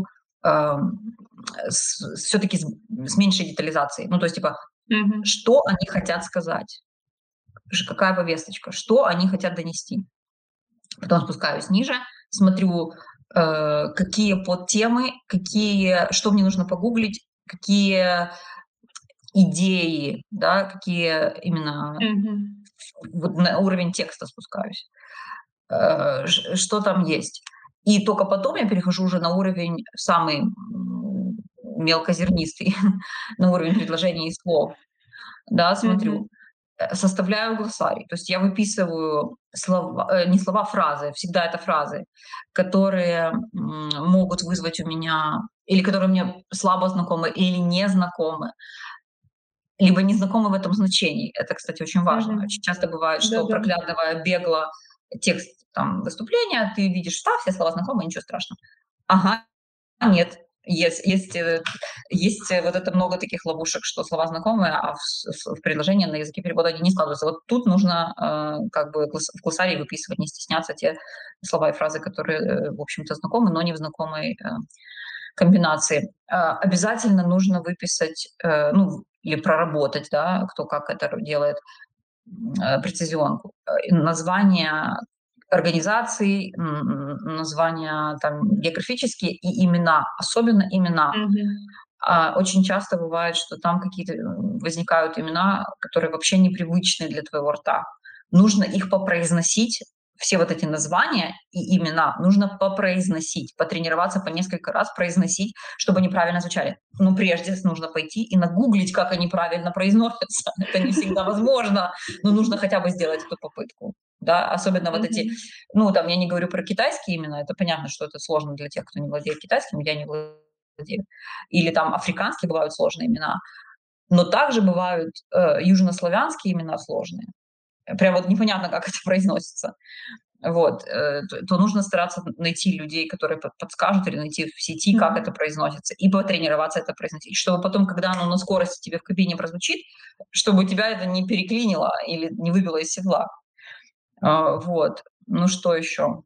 все-таки с меньшей детализацией. То есть, типа, что они хотят сказать, какая повесточка, что они хотят донести. Потом спускаюсь ниже, смотрю какие подтемы, что мне нужно погуглить, какие идеи, да, какие именно Мгм. вот на уровень текста спускаюсь, что там есть. И только потом я перехожу уже на уровень самый мелкозернистый, на уровень предложений и слов. Да, смотрю, Мгм. составляю глоссарий. То есть я выписываю слова, не слова, фразы, всегда это фразы, которые могут вызвать у меня, или которые мне слабо знакомы, или не знакомы, либо не знакомы в этом значении. Это, кстати, очень важно. Очень Мгм. часто бывает, что Да-да. проглядывая бегло текст там, выступления, ты видишь, что все слова знакомы, ничего страшного. Ага, нет. Есть вот это много таких ловушек, что слова знакомые, а в предложении на языке перевода они не складываются. Вот тут нужно как бы в глоссарии выписывать, не стесняться те слова и фразы, которые, в общем-то, знакомы, но не в знакомой комбинации. Обязательно нужно выписать, ну, или проработать, да, кто как это делает, прецизионку. Название организаций, названия там географические и имена, особенно имена. Мгм. Очень часто бывает, что там какие-то возникают имена, которые вообще непривычны для твоего рта. Нужно их попроизносить, все вот эти названия и имена нужно попроизносить, потренироваться по несколько раз, произносить, чтобы они правильно звучали. Но прежде нужно пойти и нагуглить, как они правильно произносятся. Это не всегда возможно, но нужно хотя бы сделать эту попытку. Да, особенно вот эти, Мгм. ну, там, я не говорю про китайские имена, это понятно, что это сложно для тех, кто не владеет китайским, я не владею. Или там африканские бывают сложные имена, но также бывают южнославянские имена сложные. Прям вот непонятно, как это произносится. Вот, то нужно стараться найти людей, которые подскажут, или найти в сети, как это Мгм. произносится, и потренироваться это произносить, чтобы потом, когда оно на скорости тебе в кабине прозвучит, чтобы тебя это не переклинило или не выбило из седла. Вот. Ну что еще?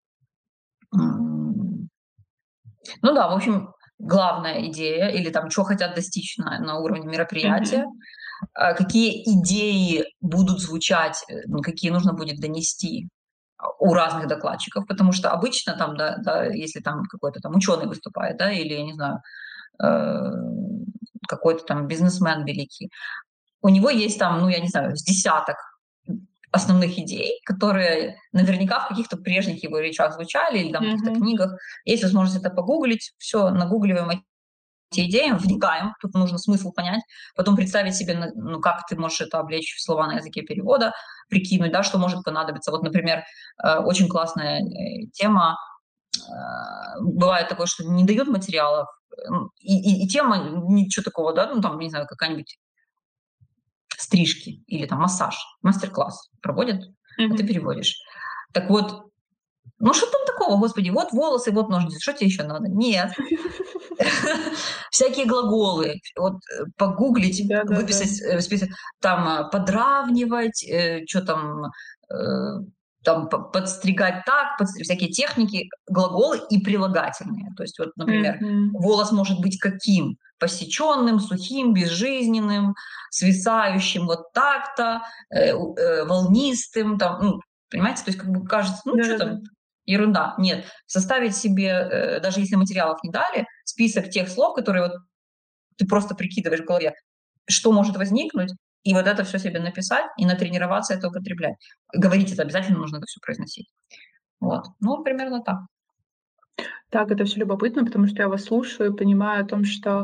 Ну да, в общем, главная идея или там, что хотят достичь на уровне мероприятия, Мгм. какие идеи будут звучать, какие нужно будет донести у разных докладчиков, потому что обычно там, да, если там какой-то там ученый выступает, да, или, я не знаю, э, какой-то там бизнесмен великий, у него есть там, ну, я не знаю, с десяток основных идей, которые наверняка в каких-то прежних его речах звучали или там в каких-то Мгм. книгах. Есть возможность это погуглить, все, нагугливаем эти идеи, вникаем, тут нужно смысл понять, потом представить себе, ну, как ты можешь это облечь в слова на языке перевода, прикинуть, да, что может понадобиться. Вот, например, очень классная тема, бывает такое, что не дают материалов, и тема ничего такого, да, ну, там, не знаю, какая-нибудь стрижки или там массаж, мастер-класс проводят, а ты Мгм. переводишь. Так вот, ну что там такого, господи, вот волосы, вот ножницы, что тебе еще надо? Нет. Всякие глаголы, вот погуглить, Да-да-да. выписать список, там подравнивать, что э, там подстригать так, всякие техники, глаголы и прилагательные. То есть вот, например, Мгм. волос может быть каким? Посеченным, сухим, безжизненным, свисающим вот так-то, волнистым, там, ну, понимаете, то есть как бы кажется, ну что Да-да-да. там, ерунда. Нет, составить себе, даже если материалов не дали, список тех слов, которые вот ты просто прикидываешь в голове, что может возникнуть, и вот это все себе написать и натренироваться это употреблять. Говорить это обязательно нужно это все произносить. Вот. Ну, примерно так. Так, это все любопытно, потому что я вас слушаю и понимаю о том, что,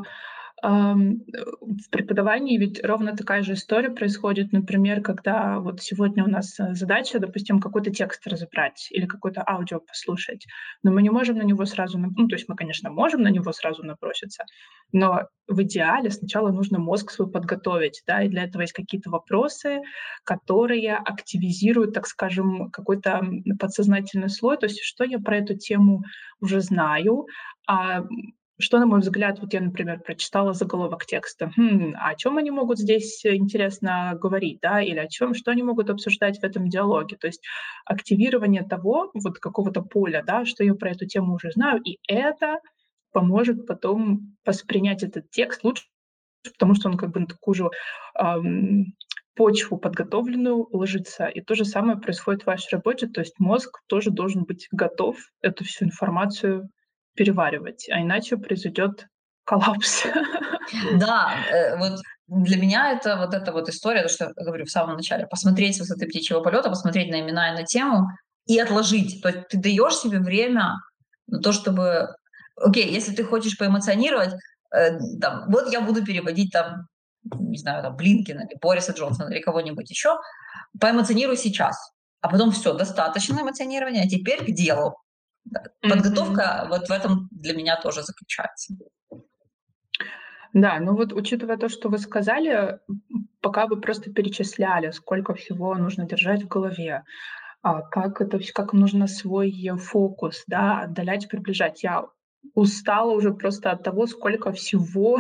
в преподавании ведь ровно такая же история происходит. Например, когда вот сегодня у нас, задача, допустим, какой-то текст разобрать или какое-то аудио послушать, но мы не можем на него сразу ну, то есть мы, конечно, можем на него сразу наброситься, но в идеале сначала нужно мозг свой подготовить, да, и для этого есть какие-то вопросы, которые активизируют, так скажем, какой-то, подсознательный слой. То есть что я про эту тему уже знаю. Что, на мой взгляд, вот я, например, прочитала заголовок текста. А о чем они могут здесь интересно говорить, да, или о чем, что они могут обсуждать в этом диалоге? То есть активирование того, вот какого-то поля, да, что я про эту тему уже знаю, и это поможет потом воспринять этот текст лучше, потому что он как бы на такую же ам, почву подготовленную ложится. И то же самое происходит в вашей работе. То есть мозг тоже должен быть готов эту всю информацию переваривать, а иначе произойдет коллапс. Да, вот для меня это вот эта вот история, то, что я говорю в самом начале, посмотреть с высоты птичьего полета, посмотреть на имена и на тему и отложить. То есть ты даешь себе время на то, чтобы... Окей, если ты хочешь поэмоционировать, там, вот я буду переводить там, не знаю, там, Блинкина или Бориса Джонсона или кого-нибудь еще, поэмоционируй сейчас. А потом все, достаточно эмоционирования, а теперь к делу. Подготовка вот в этом для меня тоже заключается. Да, ну вот учитывая то, что вы сказали, пока вы просто перечисляли, сколько всего нужно держать в голове, как это как нужно свой фокус, да, отдалять, приближать. Я устала уже просто от того, сколько всего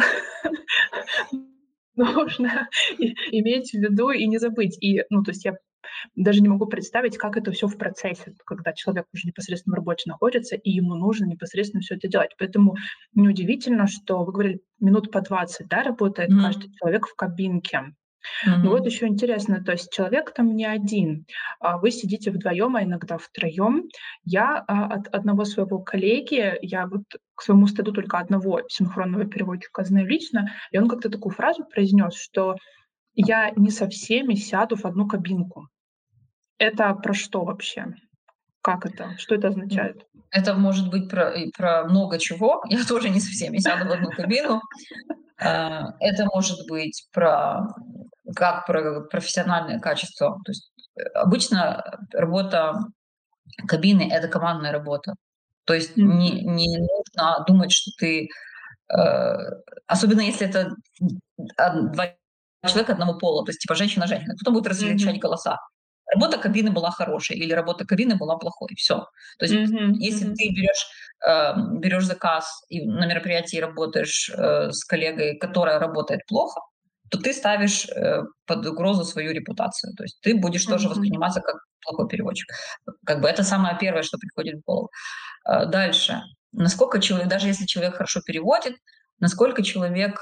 нужно иметь в виду и не забыть. И, ну, то есть я даже не могу представить, как это все в процессе, когда человек уже непосредственно в работе находится, и ему нужно непосредственно все это делать. Поэтому неудивительно, что вы говорили, минут по 20, да, работает каждый человек в кабинке. Ну вот еще интересно, то есть человек там не один, вы сидите вдвоем, а иногда втроем. Я от одного своего коллеги, я вот к своему стыду только одного синхронного переводчика знаю лично, и он как-то такую фразу произнес, что я не со всеми сяду в одну кабинку. Это про что вообще? Как это? Что это означает? Это может быть про много чего. Я тоже не со всеми сяду в одну кабину. Это может быть про профессиональное качество. То есть обычно работа кабины — это командная работа. То есть не нужно думать, что ты... Особенно если это два человека одного пола, то есть типа женщина-женщина. Кто-то будет различать голоса. Работа кабины была хорошей или работа кабины была плохой. Все. То есть если ты берешь заказ и на мероприятии работаешь с коллегой, которая работает плохо, то ты ставишь под угрозу свою репутацию. То есть ты будешь тоже восприниматься как плохой переводчик. Как бы это самое первое, что приходит в голову. Дальше. Насколько человек, даже если человек хорошо переводит, насколько человек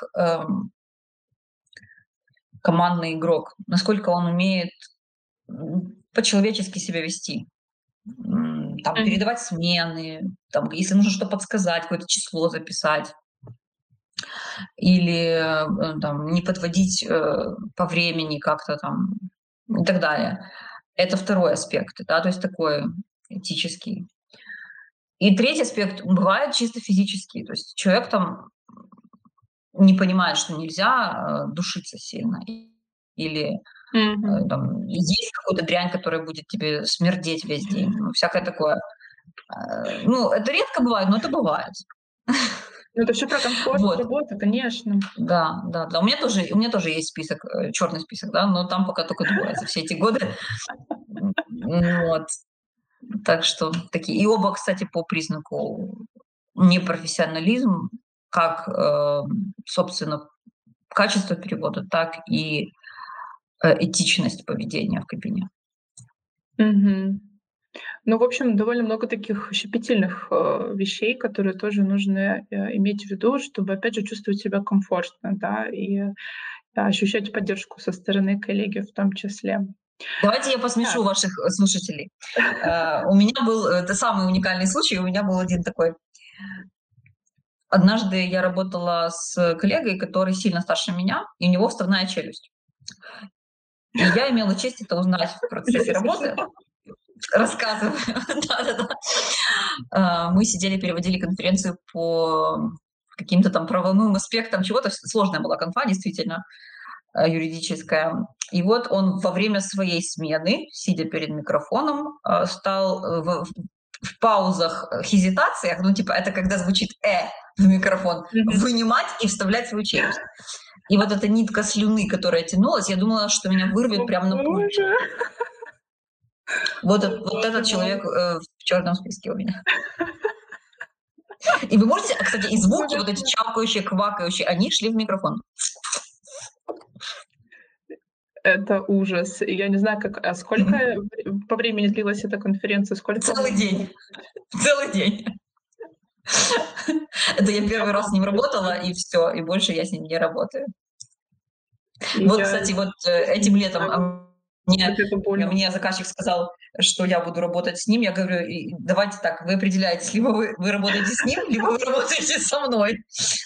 командный игрок, насколько он умеет по-человечески себя вести. Там, передавать смены, там, если нужно что-то подсказать, какое-то число записать, или там, не подводить по времени как-то там и так далее. Это второй аспект, да, то есть такой этический. И третий аспект бывает чисто физический, то есть человек там не понимает, что нельзя душиться сильно, или там, есть какая-то дрянь, которая будет тебе смердеть весь день, ну, всякое такое. Ну, это редко бывает, но это бывает. Ну, это все про комфорт работы, конечно. Да. У меня тоже есть список, черный список, да, но там пока только двое за все эти годы. Вот. Так что такие. И оба, кстати, по признаку непрофессионализм, как, собственно, качество перевода, так и этичность поведения в кабине. Ну, в общем, довольно много таких щепетильных вещей, которые тоже нужно иметь в виду, чтобы, опять же, чувствовать себя комфортно, да, и ощущать поддержку со стороны коллеги в том числе. Давайте я посмешу ваших слушателей. У меня был, это самый уникальный случай, у меня был один такой. Однажды я работала с коллегой, который сильно старше меня, и у него вставная челюсть. И я имела честь это узнать в процессе работы. Рассказываю. Да. Мы сидели, переводили конференцию по каким-то там правовым аспектам чего-то. Сложная была конфа, действительно, юридическая. И вот он во время своей смены, сидя перед микрофоном, стал в паузах, хезитациях, ну типа это когда звучит в микрофон, вынимать и вставлять свою челюсть. И вот эта нитка слюны, которая тянулась, я думала, что меня вырвет прямо на пульте. Вот этот человек в черном списке у меня. И вы можете, кстати, и звуки, вот эти чавкающие, квакающие, они шли в микрофон. Это ужас. Я не знаю, сколько по времени длилась эта конференция? Целый день. Целый день. Это я первый раз с ним работала, и все, и больше я с ним не работаю. И Вот, я кстати, вот честно этим не летом знаю, мне, как это больно. мне заказчик сказал, что я буду работать с ним. Я говорю, давайте так, вы определяетесь, либо вы работаете с ним, либо вы работаете со мной.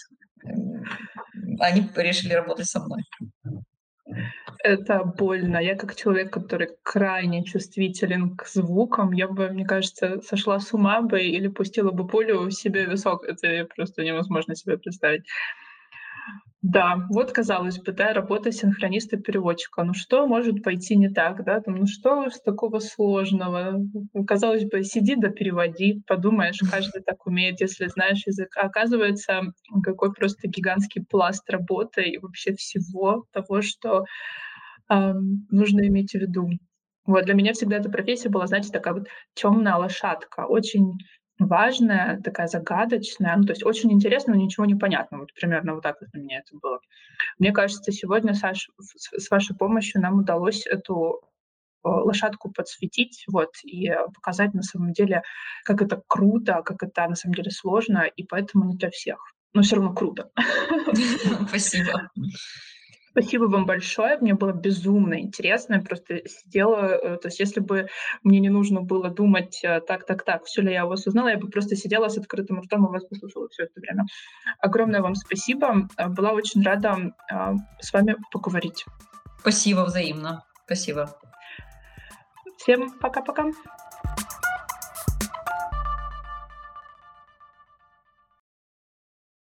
Они решили работать со мной. Это больно. Я как человек, который крайне чувствителен к звукам, я бы, мне кажется, сошла с ума бы или пустила бы пулю себе в висок. Это просто невозможно себе представить. Да, вот, казалось бы, да, работа синхрониста-переводчика. Ну что может пойти не так, да? Там, ну что уж такого сложного? Казалось бы, сиди да переводи, подумаешь, каждый так умеет, если знаешь язык. А оказывается, какой просто гигантский пласт работы и вообще всего того, что нужно иметь в виду. Вот для меня всегда эта профессия была, знаете, такая вот темная лошадка, очень важная, такая загадочная, ну, то есть очень интересно, но ничего не понятно. Вот примерно вот так вот для меня это было. Мне кажется, сегодня, Саш, с вашей помощью нам удалось эту лошадку подсветить, вот, и показать на самом деле, как это круто, как это на самом деле сложно, и поэтому не для всех. Но все равно круто. Спасибо. Спасибо вам большое. Мне было безумно интересно. Я просто сидела, то есть если бы мне не нужно было думать, так, все ли я у вас узнала, я бы просто сидела с открытым ртом и вас послушала все это время. Огромное вам спасибо. Была очень рада с вами поговорить. Спасибо взаимно. Спасибо. Всем пока-пока.